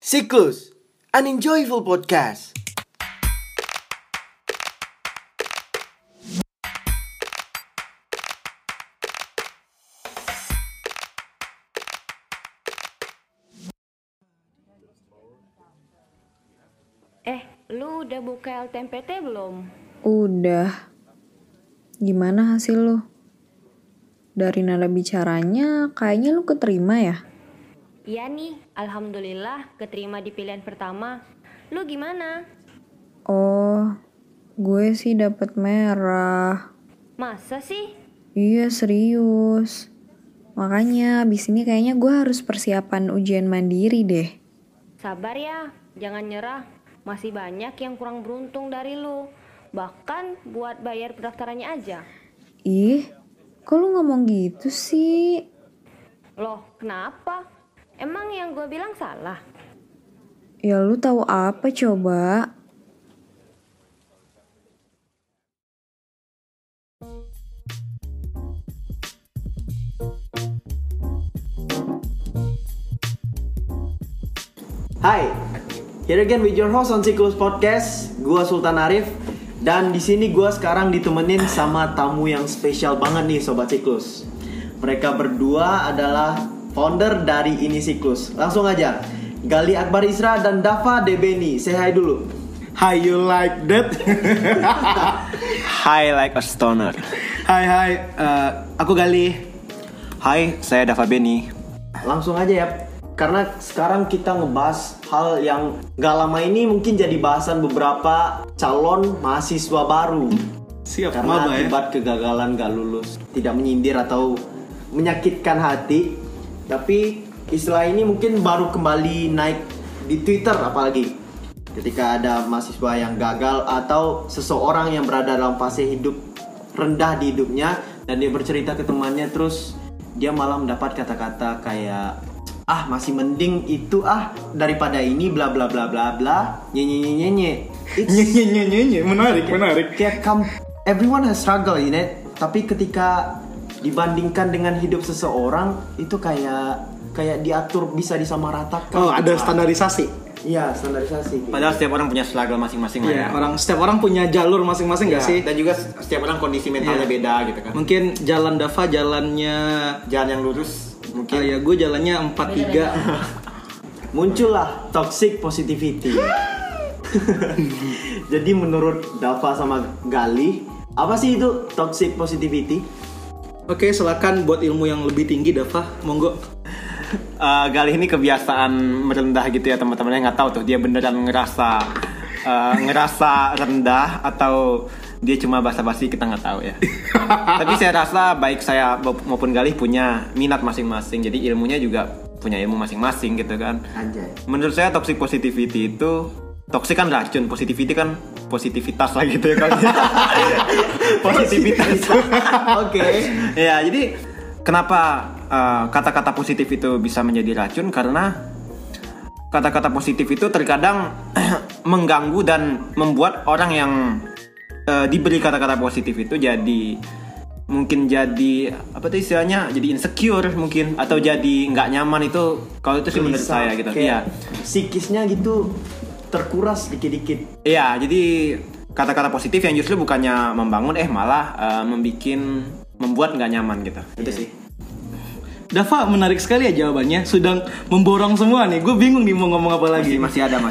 Siklus, an enjoyable podcast. Lu udah buka LTMPT belum? Udah. Gimana hasil lu? Dari nada bicaranya, kayaknya lu keterima ya? Iya nih, alhamdulillah keterima di pilihan pertama. Lu gimana? Oh, gue sih dapet merah. Masa sih? Iya, serius. Makanya abis ini kayaknya gue harus persiapan ujian mandiri deh. Sabar ya, jangan nyerah. Masih banyak yang kurang beruntung dari lu. Bahkan buat bayar pendaftarannya aja. Ih, kok lu ngomong gitu sih? Loh, kenapa? Emang yang gue bilang salah? Ya lu tahu apa coba? Hai, here again with your host on Siklus Podcast. Gua Sultan Arif dan di sini gua sekarang ditemenin sama tamu yang spesial banget nih Sobat Siklus. Mereka berdua adalah founder dari Ini Siklus. Langsung aja, Gali Akbar Isra dan Dava Debeni. Say hi dulu. Hi, you like that? Hi, like a stoner. Hai, aku Gali. Hai, saya Dava Beni. Langsung aja ya, karena sekarang kita ngebahas hal yang gak lama ini mungkin jadi bahasan beberapa calon mahasiswa baru. Siap, Karena maba ya. akibat kegagalan gak lulus, tidak menyindir atau menyakitkan hati. Tapi istilah ini mungkin baru kembali naik di Twitter, apalagi ketika ada mahasiswa yang gagal atau seseorang yang berada dalam fase hidup rendah di hidupnya dan dia bercerita ke temannya, terus dia malah mendapat kata-kata kayak masih mending itu daripada ini bla bla bla bla bla nyenye. Nyenye, menarik. Kayak everyone has struggle in it, tapi ketika dibandingkan dengan hidup seseorang itu kayak diatur, bisa disamaratakan. Oh, ada standarisasi. Iya, standarisasi. Padahal setiap orang punya struggle masing-masing lah ya. Iya, setiap orang punya jalur masing-masing Ya, gak sih? dan juga setiap orang kondisi mentalnya Iya. beda gitu kan. Mungkin jalan Dava jalannya Jalan yang lurus mungkin. ya gue jalannya 4-3. Muncullah toxic positivity. Jadi menurut Dava sama Gali, apa sih itu toxic positivity? Oke, silakan buat ilmu yang lebih tinggi Dava, monggo. Gali ini kebiasaan merendah gitu ya teman-temannya, nggak tahu tuh dia beneran ngerasa rendah atau dia cuma basa-basi, kita nggak tahu ya. Tapi saya rasa baik saya maupun Gali punya minat masing-masing, jadi ilmunya juga punya ilmu masing-masing gitu kan. Anjay. Menurut saya toxic positivity itu, toxic kan racun, positivity kan positivitas lah gitu ya kalau positivitas. Oke. Ya, jadi kenapa kata-kata positif itu bisa menjadi racun? Karena kata-kata positif itu terkadang mengganggu dan membuat orang yang diberi kata-kata positif itu mungkin jadi apa tuh istilahnya, jadi insecure mungkin, atau jadi nggak nyaman. Itu kalau itu sih menurut saya gitu. Iya. Psikisnya gitu terkuras dikit-dikit. Iya, jadi kata-kata positif yang justru bukannya membangun, malah membuat nggak nyaman gitu. Itu sih. Dava, menarik sekali ya jawabannya. Sudah memborong semua nih. Gue bingung nih mau ngomong apa lagi. Masih ada.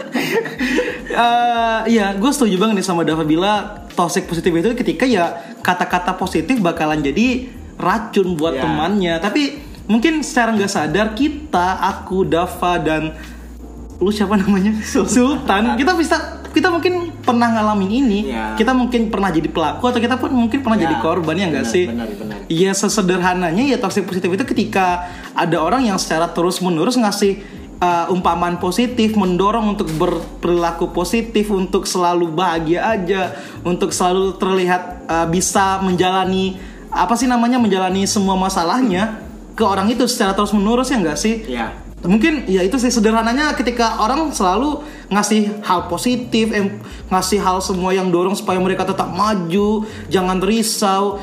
Iya, gue setuju banget nih sama Dava bila toxic positif itu ketika ya kata-kata positif bakalan jadi racun buat temannya. Tapi mungkin secara nggak sadar aku, Dava, dan lu siapa namanya? Sultan. Kita mungkin pernah ngalamin ini. Ya. Kita mungkin pernah jadi pelaku atau kita pun mungkin pernah jadi korban, ya nggak sih? Benar. Iya, sesederhananya ya toxic positif itu ketika ada orang yang secara terus-menerus ngasih umpamaan positif, mendorong untuk berperilaku positif, untuk selalu bahagia aja, untuk selalu terlihat bisa menjalani menjalani semua masalahnya ke orang itu secara terus-menerus, ya nggak sih? Iya. Mungkin ya itu sih sederhananya, ketika orang selalu ngasih hal positif, ngasih hal semua yang dorong supaya mereka tetap maju, jangan risau,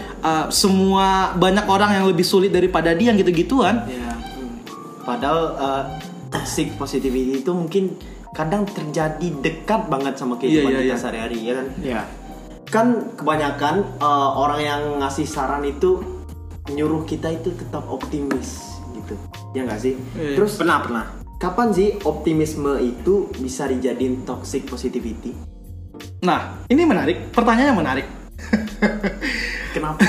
semua banyak orang yang lebih sulit daripada dia, gitu-gituan. Ya. Padahal toxic positivity itu mungkin kadang terjadi dekat banget sama kehidupan kita sehari-hari, ya kan? Iya. Kan kebanyakan orang yang ngasih saran itu nyuruh kita itu tetap optimis gitu, ya nggak sih? Terus Pernah. kapan sih optimisme itu bisa dijadiin toxic positivity? Nah, ini menarik, pertanyaannya menarik. Kenapa?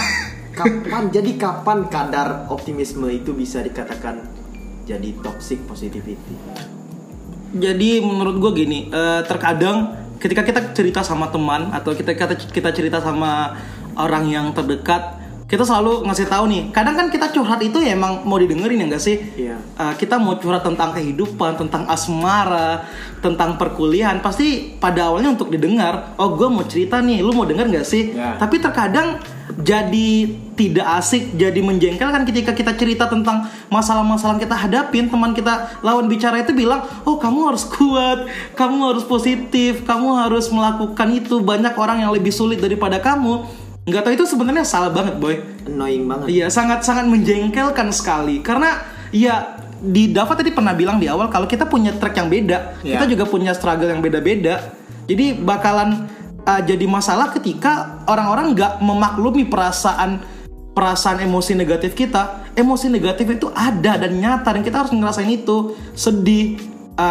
Kapan kadar optimisme itu bisa dikatakan jadi toxic positivity? Jadi menurut gue gini, terkadang ketika kita cerita sama teman atau kita cerita sama orang yang terdekat, kita selalu ngasih tahu nih. Kadang kan kita curhat itu ya emang mau didengerin, ya nggak sih? Iya. Kita mau curhat tentang kehidupan, tentang asmara, tentang perkuliahan, pasti pada awalnya untuk didengar. Oh, gue mau cerita nih, lu mau denger nggak sih? Ya. Tapi terkadang jadi tidak asik, jadi menjengkelkan ketika kita cerita tentang masalah-masalah yang kita hadapin. Teman kita lawan bicara itu bilang, oh kamu harus kuat, kamu harus positif, kamu harus melakukan itu. Banyak orang yang lebih sulit daripada kamu. Nggak tahu itu sebenarnya salah banget, boy. Annoying banget. Iya, sangat-sangat menjengkelkan sekali. Karena ya di Dava tadi pernah bilang di awal kalau kita punya track yang beda, kita juga punya struggle yang beda-beda. Jadi bakalan jadi masalah ketika orang-orang nggak memaklumi perasaan emosi negatif kita. Emosi negatif itu ada dan nyata dan kita harus ngerasain itu. Sedih,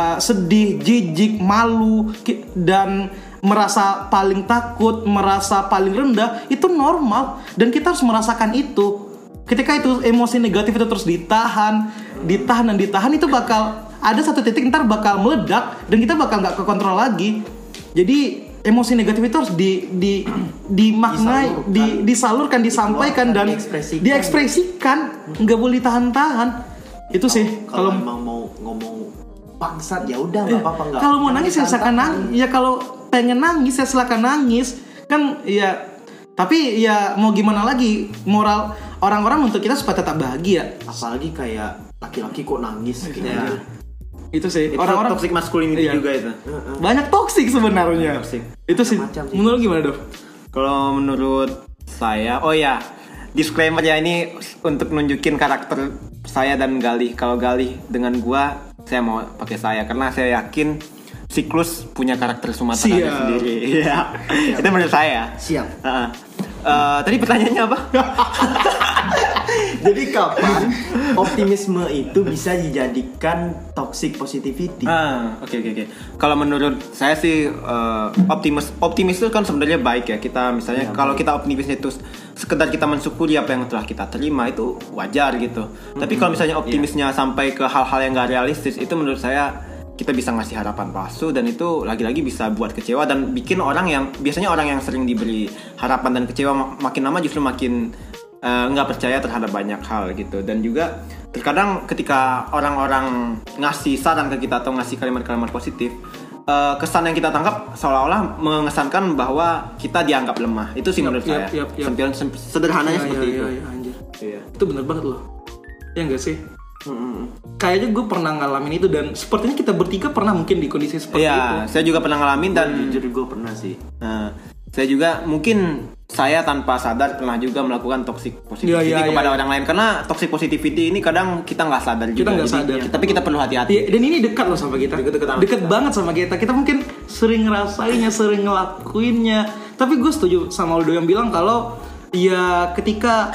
jijik, malu, dan merasa paling takut, merasa paling rendah, itu normal dan kita harus merasakan itu. Ketika itu emosi negatif itu terus ditahan, itu bakal ada satu titik ntar bakal meledak dan kita bakal nggak kekontrol lagi. Jadi emosi negatif itu harus dimaknai, disalurkan, disampaikan dan diekspresikan, nggak boleh tahan-tahan. Itu sih kalau emang mau ngomong bangsat ya udah nggak apa-apa, nggak. Kalau mau nangis ya silakan nangis. Ya kalau pengen nangis ya silakan nangis. Kan ya, tapi ya mau gimana lagi, moral orang-orang untuk kita supaya tetap bahagia. Apalagi kayak laki-laki kok nangis gitu ya. Itu sih Itu orang-orang toxic masculinity juga itu. banyak toksik sebenarnya. Toxic. Itu sih. Macam-macam sih. Menurut gimana, Dov? Kalau menurut saya, oh ya, disclaimer ya, ini untuk nunjukin karakter saya dan Galih. Kalau Galih dengan gua, saya mau pakai saya karena saya yakin Siklus punya karakter Sumatera sendiri. Iya. Itu menurut saya. Siap. Tadi pertanyaannya apa? Jadi kapan optimisme itu bisa dijadikan toxic positivity? Oke. Kalau menurut saya sih optimis itu kan sebenarnya baik ya. Kita misalnya kalau kita optimisnya itu sekedar kita mensyukuri apa yang telah kita terima, itu wajar gitu. Tapi kalau misalnya optimisnya sampai ke hal-hal yang gak realistis, itu menurut saya kita bisa ngasih harapan palsu dan itu lagi-lagi bisa buat kecewa dan bikin orang yang biasanya orang yang sering diberi harapan dan kecewa makin lama justru makin nggak percaya terhadap banyak hal gitu. Dan juga terkadang ketika orang-orang ngasih saran ke kita atau ngasih kalimat-kalimat positif, kesan yang kita tangkap seolah-olah mengesankan bahwa kita dianggap lemah. Itu sih menurut saya. Sederhananya seperti itu. Iya. Itu benar banget loh. Ya nggak sih? Kayaknya gue pernah ngalamin itu dan sepertinya kita bertiga pernah mungkin di kondisi seperti itu. Iya, saya juga pernah ngalamin dan jujur gue pernah sih. Saya juga mungkin saya tanpa sadar pernah juga melakukan toxic positivity kepada orang lain, karena toxic positivity ini kadang kita nggak sadar juga. Kita nggak sadar. Tapi kita perlu hati-hati. Dan ini dekat loh sama kita. Dekat banget sama kita. Kita mungkin sering ngerasainnya, sering ngelakuinnya. Tapi gue setuju sama Aldo yang bilang kalau ya ketika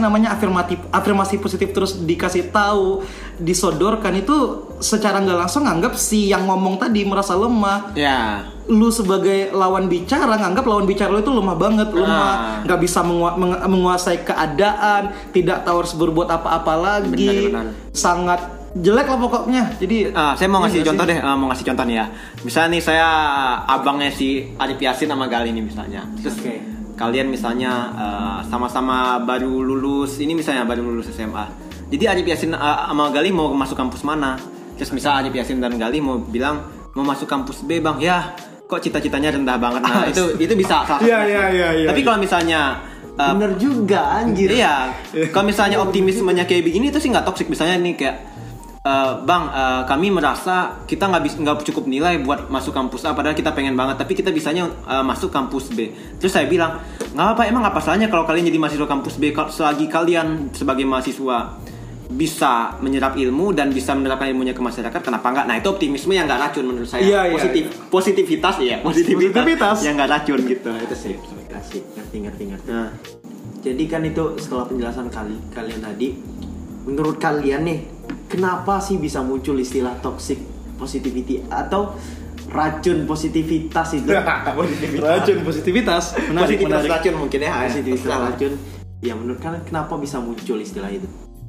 afirmasi positif terus dikasih tahu, disodorkan, itu secara nggak langsung nganggap si yang ngomong tadi merasa lemah. Ya. Lu sebagai lawan bicara nganggap lawan bicara lu itu lemah banget, lemah, nggak bisa menguasai keadaan, tidak tahu harus berbuat apa-apa lagi, benar. Sangat jelek lah pokoknya. Jadi saya mau ngasih contoh deh, mau ngasih contoh nih ya. Misalnya nih saya abangnya si Arif Yasin sama Gali nih misalnya. Terus kalian misalnya sama-sama baru lulus SMA. Jadi Arif Yasin sama Gali mau masuk kampus mana? Terus misalnya Arif Yasin dan Gali mau bilang mau masuk kampus B, Bang. Ya, kok cita-citanya rendah banget. Nah, itu bisa. Iya. Tapi kalau misalnya bener juga anjir. Iya. Kalau misalnya optimismenya kayak begini itu sih nggak toksik. Misalnya nih kayak Bang, kami merasa kita nggak cukup nilai buat masuk kampus A, padahal kita pengen banget, tapi kita bisanya masuk kampus B. Terus saya bilang, nggak apa, emang apa salahnya kalau kalian jadi mahasiswa kampus B selagi kalian sebagai mahasiswa bisa menyerap ilmu dan bisa menerapkan ilmunya ke masyarakat, kenapa enggak? Nah itu optimisme yang nggak racun menurut saya. Positivitas yang nggak racun gitu. Itu sih. Kasih ngerti. Nah, jadi kan itu setelah penjelasan kalian tadi, menurut kalian nih, kenapa sih bisa muncul istilah toxic positivity atau racun positivitas itu? Racun positivitas. Positivitas racun mungkin ya. Positivitas racun. Ya menurut kalian kenapa bisa muncul istilah itu?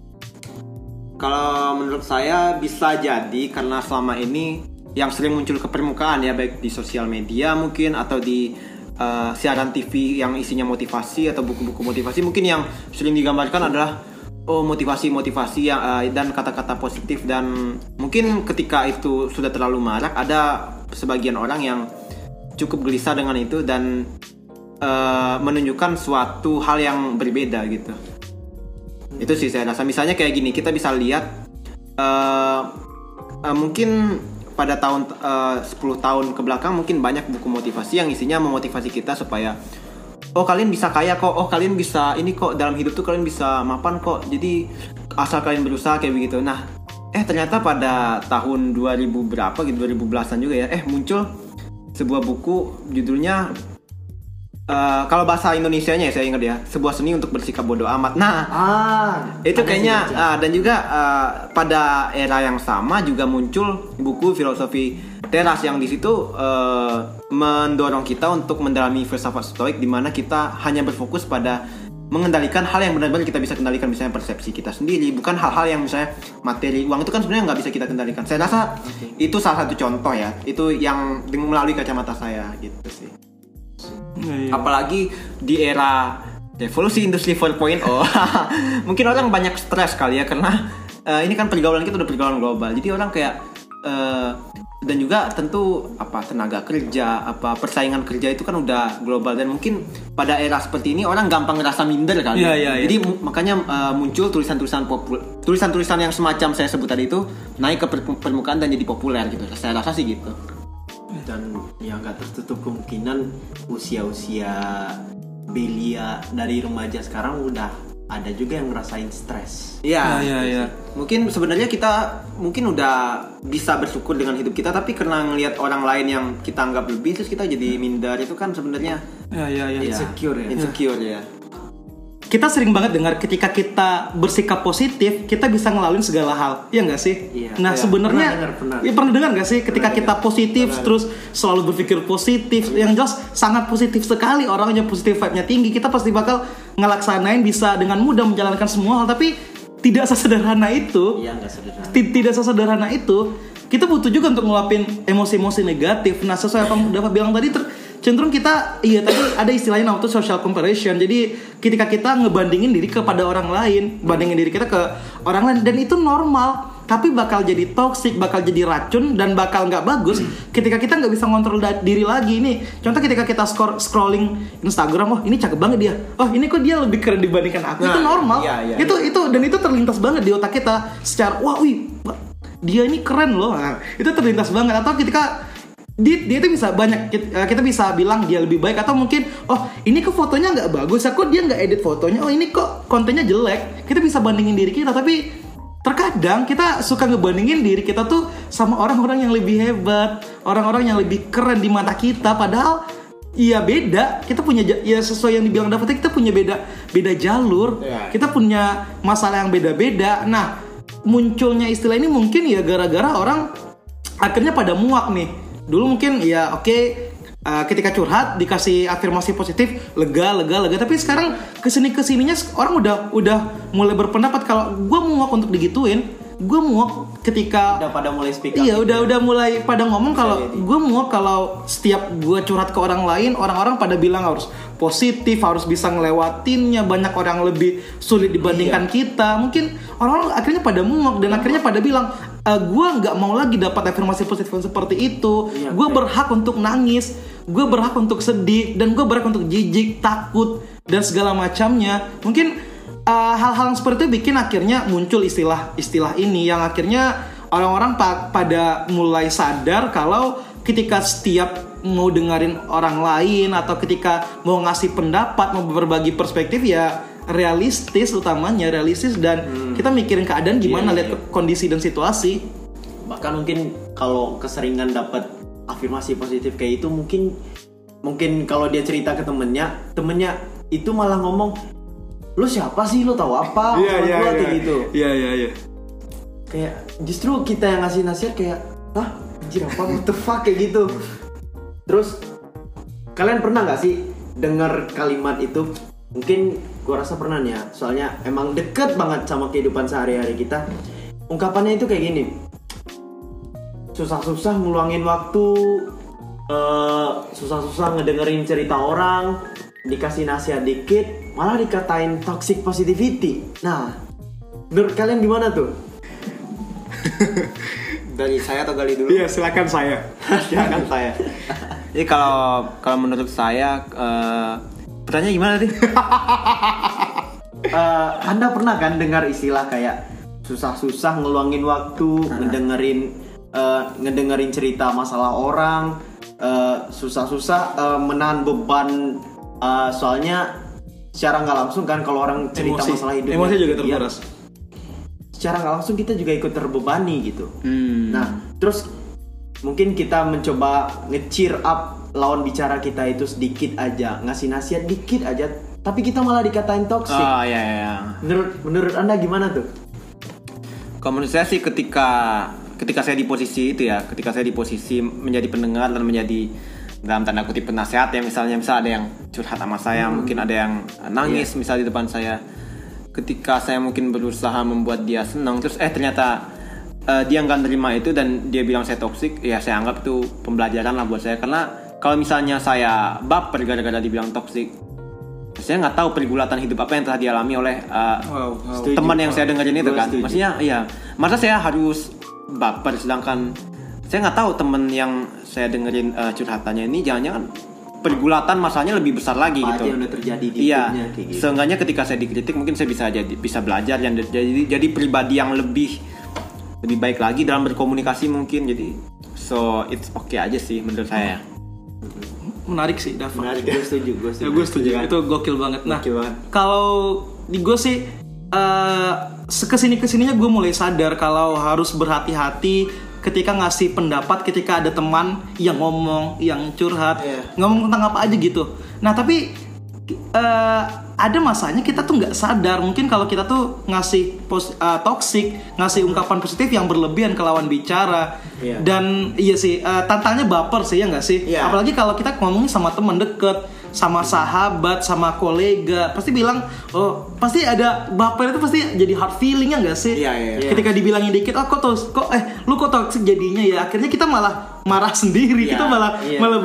Kalau menurut saya bisa jadi karena selama ini yang sering muncul ke permukaan ya, baik di sosial media mungkin atau di siaran TV yang isinya motivasi atau buku-buku motivasi, mungkin yang sering digambarkan adalah motivasi dan kata-kata positif, dan mungkin ketika itu sudah terlalu marak ada sebagian orang yang cukup gelisah dengan itu dan menunjukkan suatu hal yang berbeda gitu. Itu sih saya rasa. Misalnya kayak gini, kita bisa lihat mungkin pada tahun 10 tahun ke belakang mungkin banyak buku motivasi yang isinya memotivasi kita supaya kalian bisa kaya kok, kalian bisa ini kok, dalam hidup tuh kalian bisa mapan kok, jadi asal kalian berusaha kayak begitu. Nah ternyata pada tahun 2000 berapa gitu, 2010-an juga ya, muncul sebuah buku judulnya kalau bahasa Indonesianya ya saya ingat ya, sebuah seni untuk bersikap bodoh amat. Nah, itu kayaknya dan juga pada era yang sama juga muncul buku filosofi teras yang di situ mendorong kita untuk mendalami filsafat stoik, di mana kita hanya berfokus pada mengendalikan hal yang benar-benar kita bisa kendalikan, misalnya persepsi kita sendiri, bukan hal-hal yang misalnya materi. Uang itu kan sebenarnya nggak bisa kita kendalikan. Saya rasa itu salah satu contoh ya, itu yang melalui kacamata saya gitu sih. Apalagi di era revolusi industri 4.0 mungkin orang banyak stres kali ya, karena ini kan pergaulan kita udah pergaulan global, jadi orang kayak dan juga tentu tenaga kerja, persaingan kerja itu kan udah global, dan mungkin pada era seperti ini orang gampang ngerasa minder kali. Jadi makanya muncul tulisan-tulisan yang semacam saya sebut tadi itu naik ke permukaan dan jadi populer gitu. Saya rasa sih gitu. Dan ya nggak tertutup kemungkinan usia-usia belia dari remaja sekarang udah ada juga yang ngerasain stres. Iya. Mungkin sebenarnya kita udah bisa bersyukur dengan hidup kita, tapi karena ngelihat orang lain yang kita anggap lebih terus kita jadi minder, itu kan sebenarnya insecure ya. Kita sering banget dengar ketika kita bersikap positif, kita bisa ngelalui segala hal. Iya nggak sih? Iya. Nah, sebenarnya pernah dengar nggak sih ketika kita positif terus selalu berpikir positif, yang jelas sangat positif sekali, orangnya positif vibe-nya tinggi, kita pasti bakal ngelaksanain, bisa dengan mudah menjalankan semua hal, tapi tidak sesederhana itu. Iya, nggak sederhana. Tidak sesederhana itu. Kita butuh juga untuk ngelapin emosi-emosi negatif. Nah, sesuai apa yang Dafa bilang tadi, cenderung kita, tadi ada istilahnya auto social comparison. Jadi ketika kita ngebandingin diri kepada orang lain, bandingin diri kita ke orang lain, dan itu normal, tapi bakal jadi toxic, bakal jadi racun, dan bakal nggak bagus ketika kita nggak bisa ngontrol diri lagi. Nih contoh, ketika kita scrolling Instagram, ini cakep banget dia, ini kok dia lebih keren dibandingkan aku. Itu normal. Itu dan itu terlintas banget di otak kita secara dia ini keren loh. Nah, itu terlintas banget. Atau ketika dia itu bisa banyak, kita bisa bilang dia lebih baik, atau mungkin ini kok fotonya nggak bagus, kok dia nggak edit fotonya, ini kok kontennya jelek. Kita bisa bandingin diri kita, tapi terkadang kita suka ngebandingin diri kita tuh sama orang-orang yang lebih hebat, orang-orang yang lebih keren di mata kita, padahal beda. Kita punya sesuai yang dibilang David, kita punya beda jalur, kita punya masalah yang beda-beda. Nah, munculnya istilah ini mungkin gara-gara orang akhirnya pada muak nih. Dulu mungkin ketika curhat dikasih afirmasi positif, lega, tapi sekarang kesininya orang udah mulai berpendapat kalau gue muak untuk digituin, gue muak ketika udah pada mulai speak up. Udah mulai pada ngomong kalau gue muak kalau setiap gue curhat ke orang lain, orang-orang pada bilang harus positif, harus bisa ngelewatinnya, banyak orang lebih sulit dibandingkan kita. Mungkin orang-orang akhirnya pada muak dan akhirnya pada bilang, gue nggak mau lagi dapat afirmasi positif seperti itu. Gue berhak untuk nangis, gue berhak untuk sedih, dan gue berhak untuk jijik, takut, dan segala macamnya. Mungkin hal-hal yang seperti itu bikin akhirnya muncul istilah ini, yang akhirnya orang-orang pada mulai sadar kalau ketika setiap mau dengerin orang lain atau ketika mau ngasih pendapat, mau berbagi perspektif, realistis dan kita mikirin keadaan gimana, lihat kondisi dan situasi. Bahkan mungkin kalau keseringan dapat afirmasi positif kayak itu, mungkin kalau dia cerita ke temennya itu malah ngomong, "Lu siapa sih, lu tahu apa?" Kayak gitu. Iya. Kayak justru kita yang ngasih nasihat kayak, "Hah? Anjir, apa, what the fuck?" kayak gitu. Terus kalian pernah nggak sih dengar kalimat itu? Mungkin gua rasa pernah nih ya, soalnya emang deket banget sama kehidupan sehari-hari kita. Ungkapannya itu kayak gini, susah-susah ngeluangin waktu, susah-susah ngedengerin cerita orang, dikasih nasihat dikit malah dikatain toxic positivity. Nah, menurut kalian gimana tuh? Dari saya atau Gali dulu? Iya, silakan saya. Silakan saya. Jadi kalau menurut saya, pertanyaan gimana tadi? Anda pernah kan dengar istilah kayak susah-susah ngeluangin waktu, ngedengerin cerita masalah orang, susah-susah menahan beban, soalnya secara nggak langsung kan kalau orang cerita masalah hidupnya, emosi juga terkuras. Secara nggak langsung kita juga ikut terbebani gitu. Nah, terus mungkin kita mencoba nge-cheer up lawan bicara kita itu sedikit aja, ngasih nasihat dikit aja, tapi kita malah dikatain toxic. Iya. Menurut Anda gimana tuh? Kalau menurut saya sih ketika saya di posisi itu ya, ketika saya di posisi menjadi pendengar dan menjadi dalam tanda kutip penasehat ya, misalnya ada yang curhat sama saya, mungkin ada yang nangis misalnya di depan saya. Ketika saya mungkin berusaha membuat dia senang, terus ternyata dia nggak nerima itu dan dia bilang saya toksik, ya saya anggap itu pembelajaran lah buat saya. Karena kalau misalnya saya baper gara-gara dibilang toksik, saya nggak tahu pergulatan hidup apa yang telah dialami oleh teman yang saya dengerin itu kan. Maksudnya masa saya harus baper sedangkan saya nggak tahu teman yang saya dengerin curhatannya ini jangan-jangan pergulatan masalahnya lebih besar lagi apa gitu. yang udah terjadi di hidupnya kayak gitu. Seenggaknya ketika saya dikritik mungkin saya bisa belajar dan jadi pribadi yang lebih baik lagi dalam berkomunikasi mungkin. Jadi it's okay aja sih menurut saya. Menarik sih, Dava. Menarik, gue setuju. Gue setuju. Itu gokil banget. Nah, kalau di gue sih kesininya gue mulai sadar kalau harus berhati-hati ketika ngasih pendapat, ketika ada teman yang ngomong, yang curhat, ngomong tentang apa aja gitu. Nah, tapi ada masanya kita tuh nggak sadar. Mungkin kalau kita tuh ngasih toxic, ngasih ungkapan positif yang berlebihan ke lawan bicara. Dan iya sih, tantangnya baper sih, ya nggak sih? Apalagi kalau kita ngomongin sama teman deket, sama sahabat, sama kolega, pasti bilang, pasti ada baper itu, pasti jadi hard feeling, ya nggak sih? Ketika dibilangin dikit, lu kok toxic jadinya ya, akhirnya kita malah marah sendiri, kita malah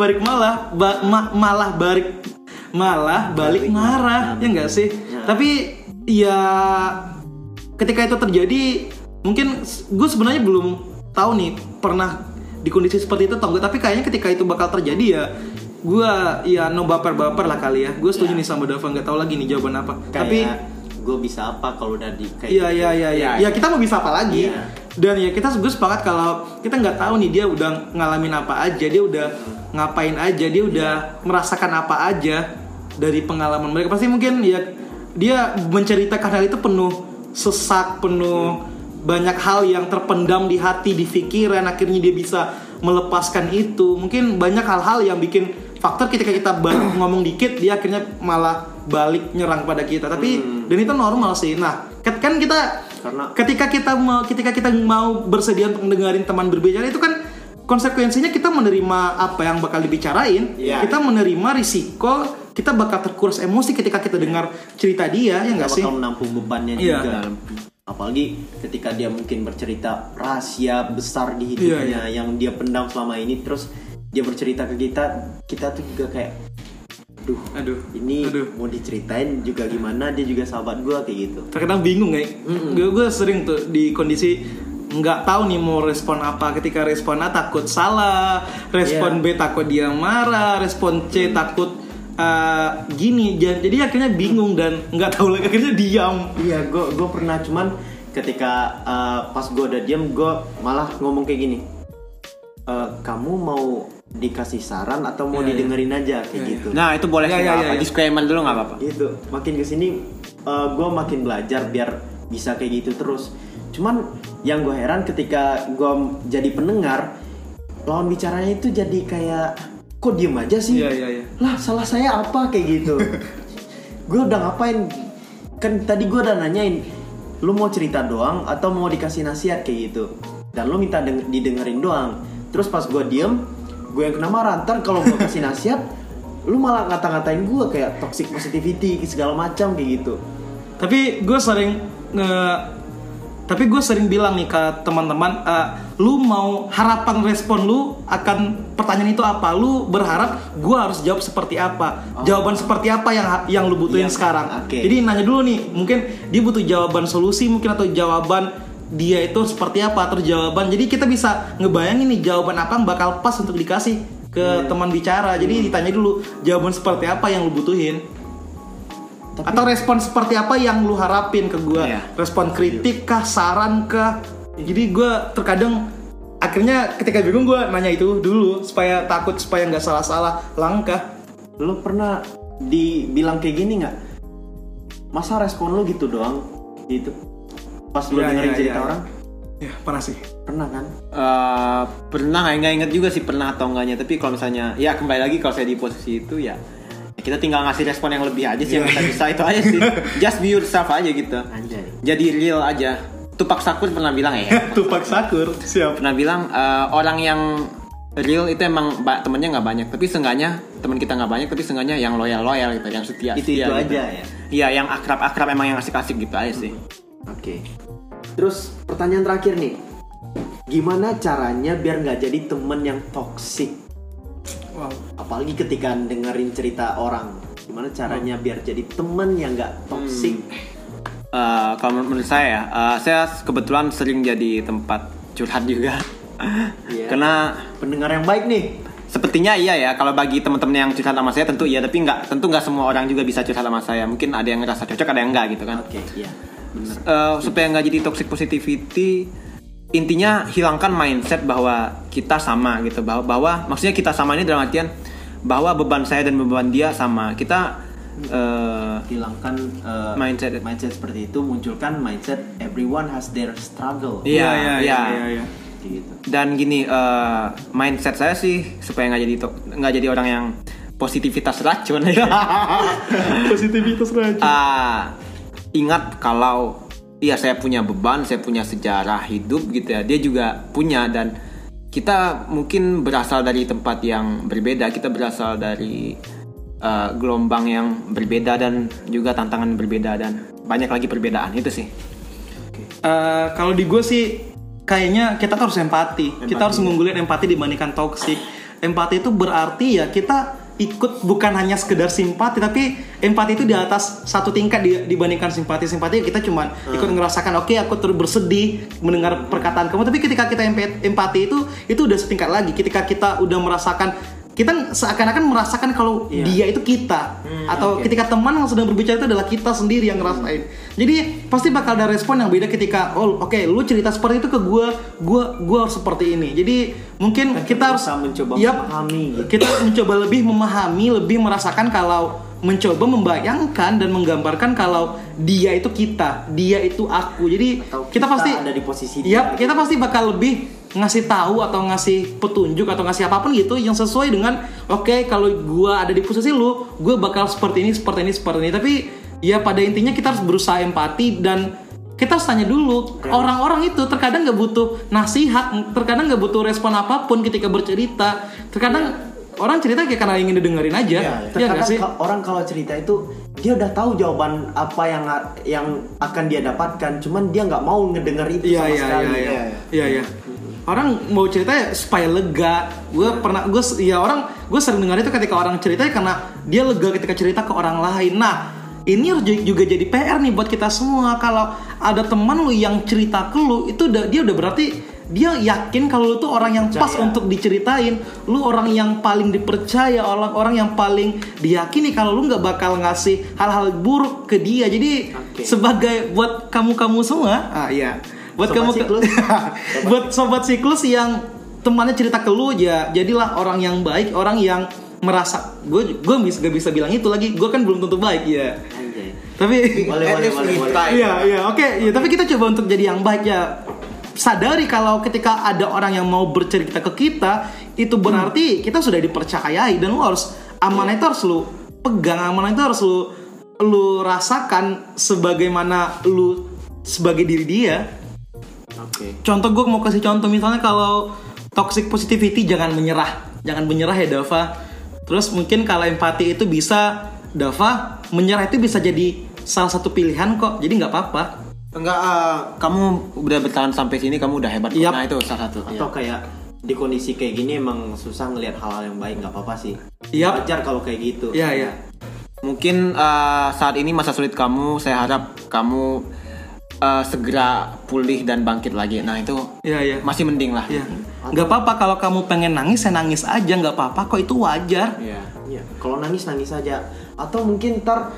balik marah, ya nggak sih? Tapi ya ketika itu terjadi, mungkin gue sebenarnya belum tahu nih pernah di kondisi seperti itu atau enggak, tapi kayaknya ketika itu bakal terjadi ya gue no baper lah kali ya. Gue setuju nih sama Dava, nggak tahu lagi nih jawaban apa. Kayak tapi gue bisa apa kalau udah di kayak iya. Ya kita mau bisa apa lagi? Dan ya gue sepakat kalau kita nggak tahu nih dia udah ngalamin apa aja, dia udah ngapain aja, dia udah merasakan apa aja dari pengalaman mereka. Pasti mungkin ya dia menceritakan hal itu penuh sesak, penuh banyak hal yang terpendam di hati, di pikiran, akhirnya dia bisa melepaskan itu. Mungkin banyak hal-hal yang bikin faktor ketika kita ngomong dikit, dia akhirnya malah balik nyerang pada kita. Tapi dan itu normal sih. Nah, kan kita ketika kita mau bersedia untuk mendengarin teman berbicara, itu kan konsekuensinya kita menerima apa yang bakal dibicarain. Kita menerima risiko, kita bakal terkuras emosi ketika kita dengar cerita dia, ya nggak sih? Bakal menampung bebannya juga. Apalagi ketika dia mungkin bercerita rahasia besar di hidupnya yang dia pendam selama ini, terus dia bercerita ke kita tuh juga kayak aduh, ini mau diceritain juga gimana, dia juga sahabat gue kayak gitu. Terkadang bingung ya. Gue sering tuh di kondisi nggak tahu nih mau respon apa. Ketika respon A takut salah, respon B takut dia marah, respon C takut gini. Jadi akhirnya bingung dan nggak tahu lagi, akhirnya diam. Iya, gue pernah, cuman ketika pas gue udah diam, gue malah ngomong kayak gini. kamu mau dikasih saran atau mau didengerin aja kayak gitu. Nah itu boleh sih, nggak apa-apa. Disclaimer dulu nggak apa-apa. Gitu. Makin kesini gue makin belajar biar bisa kayak gitu terus. Cuman yang gue heran ketika gue jadi pendengar, lawan bicaranya itu jadi kayak kok diem aja sih? Lah salah saya apa kayak gitu? Gue udah ngapain? Kan tadi gue udah nanyain, lu mau cerita doang atau mau dikasih nasihat kayak gitu? Dan lu minta didengerin doang. Terus pas gue diem, gue yang kena marah. Ntar kalau gue kasih nasihat, lu malah ngata-ngatain gue kayak toxic positivity segala macam kayak gitu. Tapi gue sering bilang nih ke teman-teman, lu mau harapan respon lu akan pertanyaan itu apa? Lu berharap gue harus jawab seperti apa? Jawaban seperti apa yang lu butuhin sekarang? Jadi nanya dulu nih, mungkin dia butuh jawaban solusi mungkin atau jawaban dia itu seperti apa atau jawaban. Jadi kita bisa ngebayangin nih jawaban apa yang bakal pas untuk dikasih ke teman bicara. Jadi ditanya dulu jawaban seperti apa yang lu butuhin. Atau respon seperti apa yang lu harapin ke gue. Respon kritik kah, saran kah. Jadi gue terkadang akhirnya ketika bingung gue nanya itu dulu supaya nggak salah-salah langkah. Lu pernah dibilang kayak gini nggak? Masa respon lu gitu doang gitu pas lu dengerin cerita orang? Ya pernah sih. Pernah kan? Pernah, nggak inget juga sih pernah atau enggaknya. Tapi kalau misalnya ya kembali lagi kalau saya di posisi itu ya kita tinggal ngasih respon yang lebih aja sih yang kita bisa itu aja sih. Just be yourself aja gitu. Anjay. Jadi real aja. Tupac Shakur pernah bilang ya. Tupac Shakur siap. Pernah bilang orang yang real itu emang temennya nggak banyak, tapi seenggaknya teman kita nggak banyak, tapi seenggaknya yang loyal gitu, yang setia. Itu gitu. aja ya. Iya, yang akrab emang yang asik-asik gitu aja sih. Oke. Terus pertanyaan terakhir nih, gimana caranya biar nggak jadi temen yang toksik? Wow. Apalagi ketika dengerin cerita orang, gimana caranya biar jadi temen yang nggak toksik? Kalau menurut saya kebetulan sering jadi tempat curhat juga. Karena pendengar yang baik nih. Sepertinya iya ya, kalau bagi teman-teman yang curhat sama saya tentu iya, tapi tentu nggak semua orang juga bisa curhat sama saya. Mungkin ada yang ngerasa cocok, ada yang enggak gitu kan. Oke, iya. Supaya nggak jadi toxic positivity, intinya hilangkan mindset bahwa kita sama gitu, bahwa maksudnya kita sama ini dalam artian bahwa beban saya dan beban dia sama. Kita hilangkan mindset seperti itu, munculkan mindset everyone has their struggle. Iya. Gitu. Dan gini, mindset saya sih supaya nggak jadi orang yang positivitas racun. Positivitas racun. Ingat kalau saya punya beban, saya punya sejarah hidup gitu ya. Dia juga punya, dan kita mungkin berasal dari tempat yang berbeda. Kita berasal dari gelombang yang berbeda dan juga tantangan berbeda, dan banyak lagi perbedaan itu sih. Kalau di gue sih kayaknya kita harus empati. Kita harus mengunggulin empati dibandingkan toksik. Empati itu berarti ya kita ikut, bukan hanya sekedar simpati, tapi empati itu di atas satu tingkat dibandingkan simpati. Simpati kita cuma ikut ngerasakan, oke, aku terus bersedih mendengar perkataan kamu. Tapi ketika kita empati itu udah setingkat lagi. Ketika kita udah merasakan, kita seakan-akan merasakan kalau dia itu kita, atau ketika teman yang sedang berbicara itu adalah kita sendiri yang ngerasain. Jadi pasti bakal ada respon yang beda ketika lu cerita seperti itu ke gue harus seperti ini. Jadi mungkin kita harus mencoba memahami gitu. Kita mencoba lebih memahami, lebih merasakan, kalau mencoba membayangkan dan menggambarkan kalau dia itu kita, dia itu aku. Jadi kita pasti ada di posisi dia. Kita pasti bakal lebih ngasih tahu atau ngasih petunjuk atau ngasih apapun gitu yang sesuai dengan kalau gue ada di posisi lu, gue bakal seperti ini. Tapi ya pada intinya kita harus berusaha empati, dan kita harus tanya dulu. Orang-orang itu terkadang nggak butuh nasihat, terkadang nggak butuh respon apapun ketika bercerita. Terkadang orang cerita kayak karena ingin didengerin aja. Terkadang orang kalau cerita itu dia udah tahu jawaban apa yang akan dia dapatkan, cuman dia nggak mau ngedenger itu sama sekali. Iya. Orang mau cerita ya supaya lega. Gue sering dengar itu ketika orang cerita karena dia lega ketika cerita ke orang lain. Nah, ini harus juga jadi PR nih buat kita semua. Kalau ada teman lu yang cerita ke lu, itu dia udah berarti dia yakin kalau lu tuh orang yang pas untuk diceritain. Lu orang yang paling dipercaya, orang yang paling diyakini kalau lu nggak bakal ngasih hal-hal buruk ke dia. Jadi sebagai buat kamu semua, buat sobat siklus yang temannya cerita ke lu ya, jadilah orang yang baik, orang yang merasa gue gak bisa bilang itu lagi, gue kan belum tentu baik ya. Anjay. Tapi Boleh. iya, oke. Ya, tapi kita coba untuk jadi yang baik ya. Sadari kalau ketika ada orang yang mau bercerita ke kita, itu berarti kita sudah dipercayai, dan lu harus amanah itu harus lu pegang, amanah itu harus lu rasakan sebagaimana lu sebagai diri dia. Oke. Contoh, gue mau kasih contoh, misalnya kalau toxic positivity, jangan menyerah ya Dava. Terus mungkin kalau empati itu bisa, Dava, menyerah itu bisa jadi salah satu pilihan kok, jadi nggak apa-apa. Enggak, kamu udah bertahan sampai sini, kamu udah hebat. Yap. Nah itu salah satu. Atau kayak di kondisi kayak gini emang susah ngelihat hal-hal yang baik, nggak apa-apa sih. Yap. Wajar kalau kayak gitu. Iya. Mungkin saat ini masa sulit kamu, saya harap kamu segera pulih dan bangkit lagi. Nah itu Iya. masih mending lah. Iya. Nggak apa-apa kalau kamu pengen nangis, saya nangis aja, nggak apa-apa kok, itu wajar. Iya. Iya. Kalau nangis aja. Atau mungkin ntar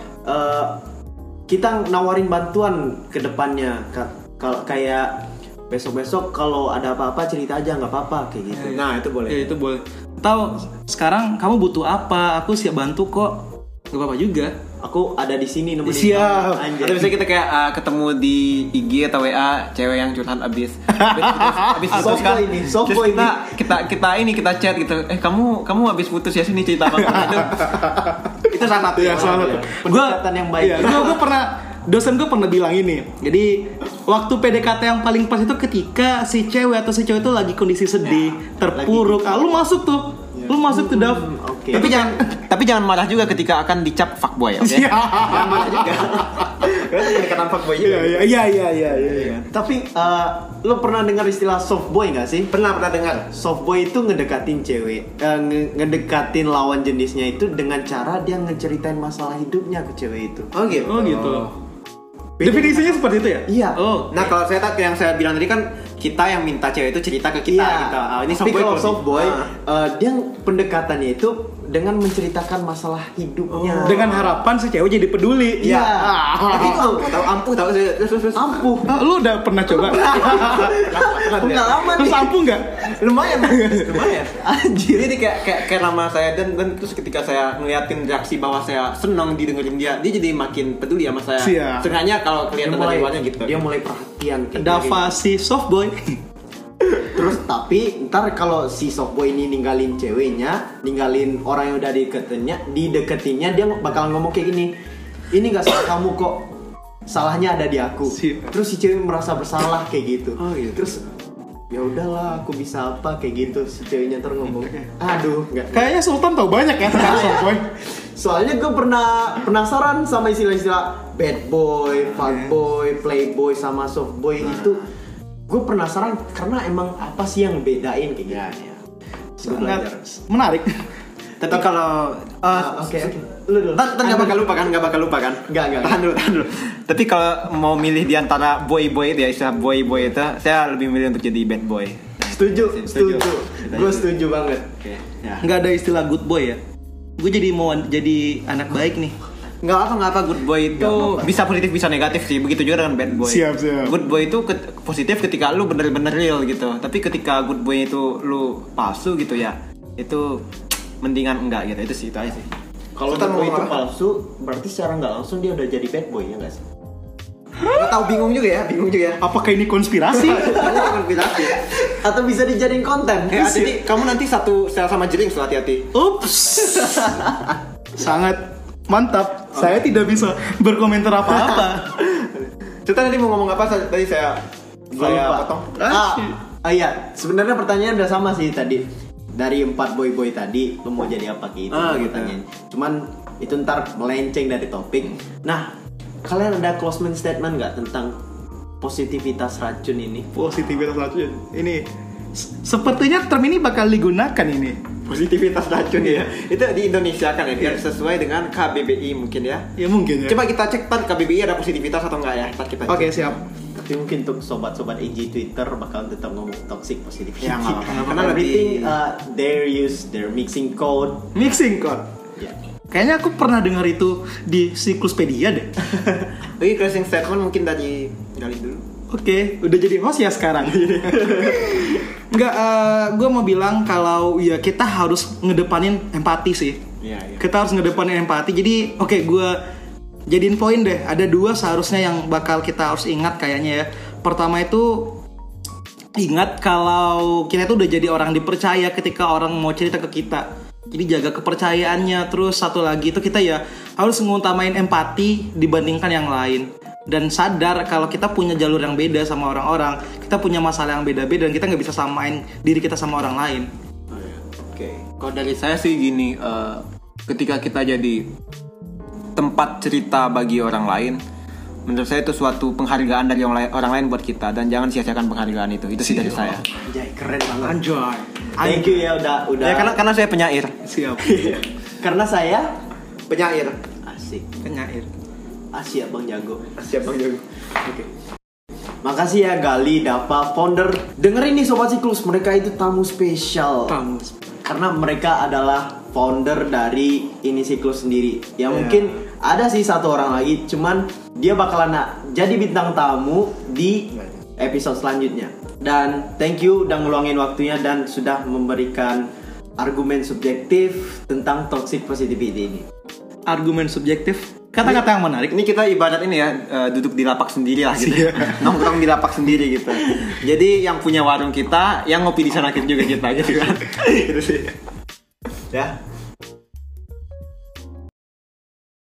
kita nawarin bantuan ke depannya. Kalau kayak besok-besok kalau ada apa-apa cerita aja, nggak apa-apa kayak gitu. Nah itu boleh. Ya itu boleh. Atau sekarang kamu butuh apa? Aku siap bantu kok. Gak apa-apa juga. Aku ada di sini nemenin Siap. kamu. Anjay. Atau bisa kita kayak ketemu di IG atau WA cewek yang curhat abis putus kan. Softboy ini. Kita chat gitu. Kamu abis putus ya, sini cerita apa? Itu salah satu. Iya, salah satu. Pendekatan yang baik. Iya, gue pernah, dosen gue pernah bilang ini. Jadi waktu PDKT yang paling pas itu ketika si cewek atau si cowok itu lagi kondisi sedih, terpuruk. Lu masuk tuh. Lu masuk tuh, Dav. Oke. Tapi jangan marah juga ketika akan dicap fuckboy, oke? Jangan marah juga. Karena pendekatan fuckboy juga. Iya. Tapi lo pernah dengar istilah softboy nggak sih? Pernah dengar. Softboy itu ngedekatin cewek, ngedekatin lawan jenisnya itu dengan cara dia ngeceritain masalah hidupnya ke cewek itu. Oh gitu. Definisinya seperti itu ya? Iya. Oh. Nah kalau yang saya bilang tadi kan kita yang minta cewek itu cerita ke kita gitu. Ini Tapi kalau softboy, Ah. dia pendekatannya itu dengan menceritakan masalah hidupnya. Dengan harapan si cewek jadi peduli. Iya. Tapi itu ampuh tahu. Ampuh. Lu udah pernah coba? Pengalaman Terus nih. ampuh nggak? lumayan. Anjir. Jadi kayak nama saya dan terus ketika saya ngeliatin reaksi bahwa saya senang didengerin dia jadi makin peduli sama saya. Siap. Sebenarnya kalau kelihatan dari luarnya gitu. Dia mulai perhatian kayak Dava si softboy. Terus tapi ntar kalau si softboy ini ninggalin ceweknya, ninggalin orang yang udah dideketinnya, dia bakal ngomong kayak gini, ini nggak salah kamu kok, salahnya ada di aku. Siap. Terus si cewek merasa bersalah kayak gitu. Oh, gitu. Terus ya udahlah, aku bisa apa kayak gitu, si ceweknya ntar ngomong, aduh nggak. Kayaknya Sultan tahu banyak ya tentang softboy. Soalnya gue pernah penasaran sama istilah-istilah bad boy, fuckboy, playboy sama softboy itu. Gue penasaran karena emang apa sih yang bedain kayak gitu. Sangat menarik. Tapi kalau Oke. Lu dulu. nggak bakal lupa kan? Enggak. Tahan dulu. Tapi kalau mau milih di antara boy itu ya, istilah boy itu, saya lebih milih untuk jadi bad boy. Setuju. Gue setuju banget. Oke. Ya. Nggak ada istilah good boy ya. Gue jadi mau jadi anak baik nih. Nggak apa good boy itu bisa positif bisa negatif sih, begitu juga dengan bad boy. Siap. Good boy itu positif ketika lu bener-bener real gitu, tapi ketika good boy itu lu palsu gitu ya, itu mendingan enggak gitu, itu sih, itu aja sih. Kalau Sultan bad boy mau itu apa? palsu, berarti secara nggak langsung dia udah jadi bad boy ya nggak sih? Nggak tahu, bingung juga ya. Apakah ini konspirasi? Konspirasi. Atau bisa dijadiin konten? Hati-hati, kamu nanti satu sel sama jering, so hati-hati. Ups. Sangat mantap. Saya tidak bisa berkomentar apa-apa. Sultan tadi mau ngomong apa? Tadi saya Lupa. potong. Iya. Sebenarnya pertanyaan udah sama sih tadi. Dari 4 boy di lu mau jadi apa gitu? Gitu. Pertanyaan. Cuman itu ntar melenceng dari topik. Nah, kalian ada closing statement nggak tentang positivitas racun ini? Positivitas racun. Ini sepertinya term ini bakal digunakan ini. Positivitas racun ya. Itu di Indonesia kan ya, biar sesuai dengan KBBI mungkin ya. Ya mungkin ya. Coba kita cek ntar KBBI ada positivitas atau enggak ya. Ntar kita cek. Oke, siap. Tapi mungkin untuk sobat-sobat EG Twitter bakal tetap ngomong toxic positivity. Ya, nggak apa-apa. Karena everything they use their mixing code. Mixing code. Ya. Kayaknya aku pernah dengar itu di Sikluspedia deh. Oke, closing statement mungkin dari Galih dulu. Oke, udah jadi host ya sekarang. Enggak, gue mau bilang kalau ya kita harus ngedepanin empati sih. Iya. Kita harus ngedepanin empati. Jadi oke, gue jadiin poin deh. Ada 2 seharusnya yang bakal kita harus ingat kayaknya ya. Pertama itu ingat kalau kita tuh udah jadi orang dipercaya ketika orang mau cerita ke kita. Jadi jaga kepercayaannya. Terus satu lagi itu kita ya harus ngutamain empati dibandingkan yang lain. Dan sadar kalau kita punya jalur yang beda sama orang-orang, kita punya masalah yang beda-beda dan kita nggak bisa samain diri kita sama orang lain. Oke. Kalau dari saya sih gini, ketika kita jadi tempat cerita bagi orang lain, menurut saya itu suatu penghargaan dari orang lain buat kita, dan jangan sia-siakan penghargaan itu. Itu sih dari saya. Anjay, keren banget. Anjay. Thank you ya udah. Ya karena saya penyair. Siap. Karena saya Penyair. asik. Penyair. Siap Bang Jago. Siap Bang Jago. Oke. Makasih ya Gali, Dapa, founder. Dengerin nih Sobat Siklus, mereka itu tamu spesial. Karena mereka adalah founder dari ini Siklus sendiri. Ya mungkin ada sih satu orang lagi, cuman dia bakalan jadi bintang tamu di episode selanjutnya. Dan thank you udah ngeluangin waktunya dan sudah memberikan argumen subjektif tentang toxic positivity ini. Argumen subjektif, kata-kata yang menarik. Ini kita ibarat ini ya, duduk di lapak sendiri lah gitu. Nongkrong di lapak sendiri gitu. Jadi yang punya warung kita, yang ngopi di sana juga kita gitu kan. Gitu sih. Ya.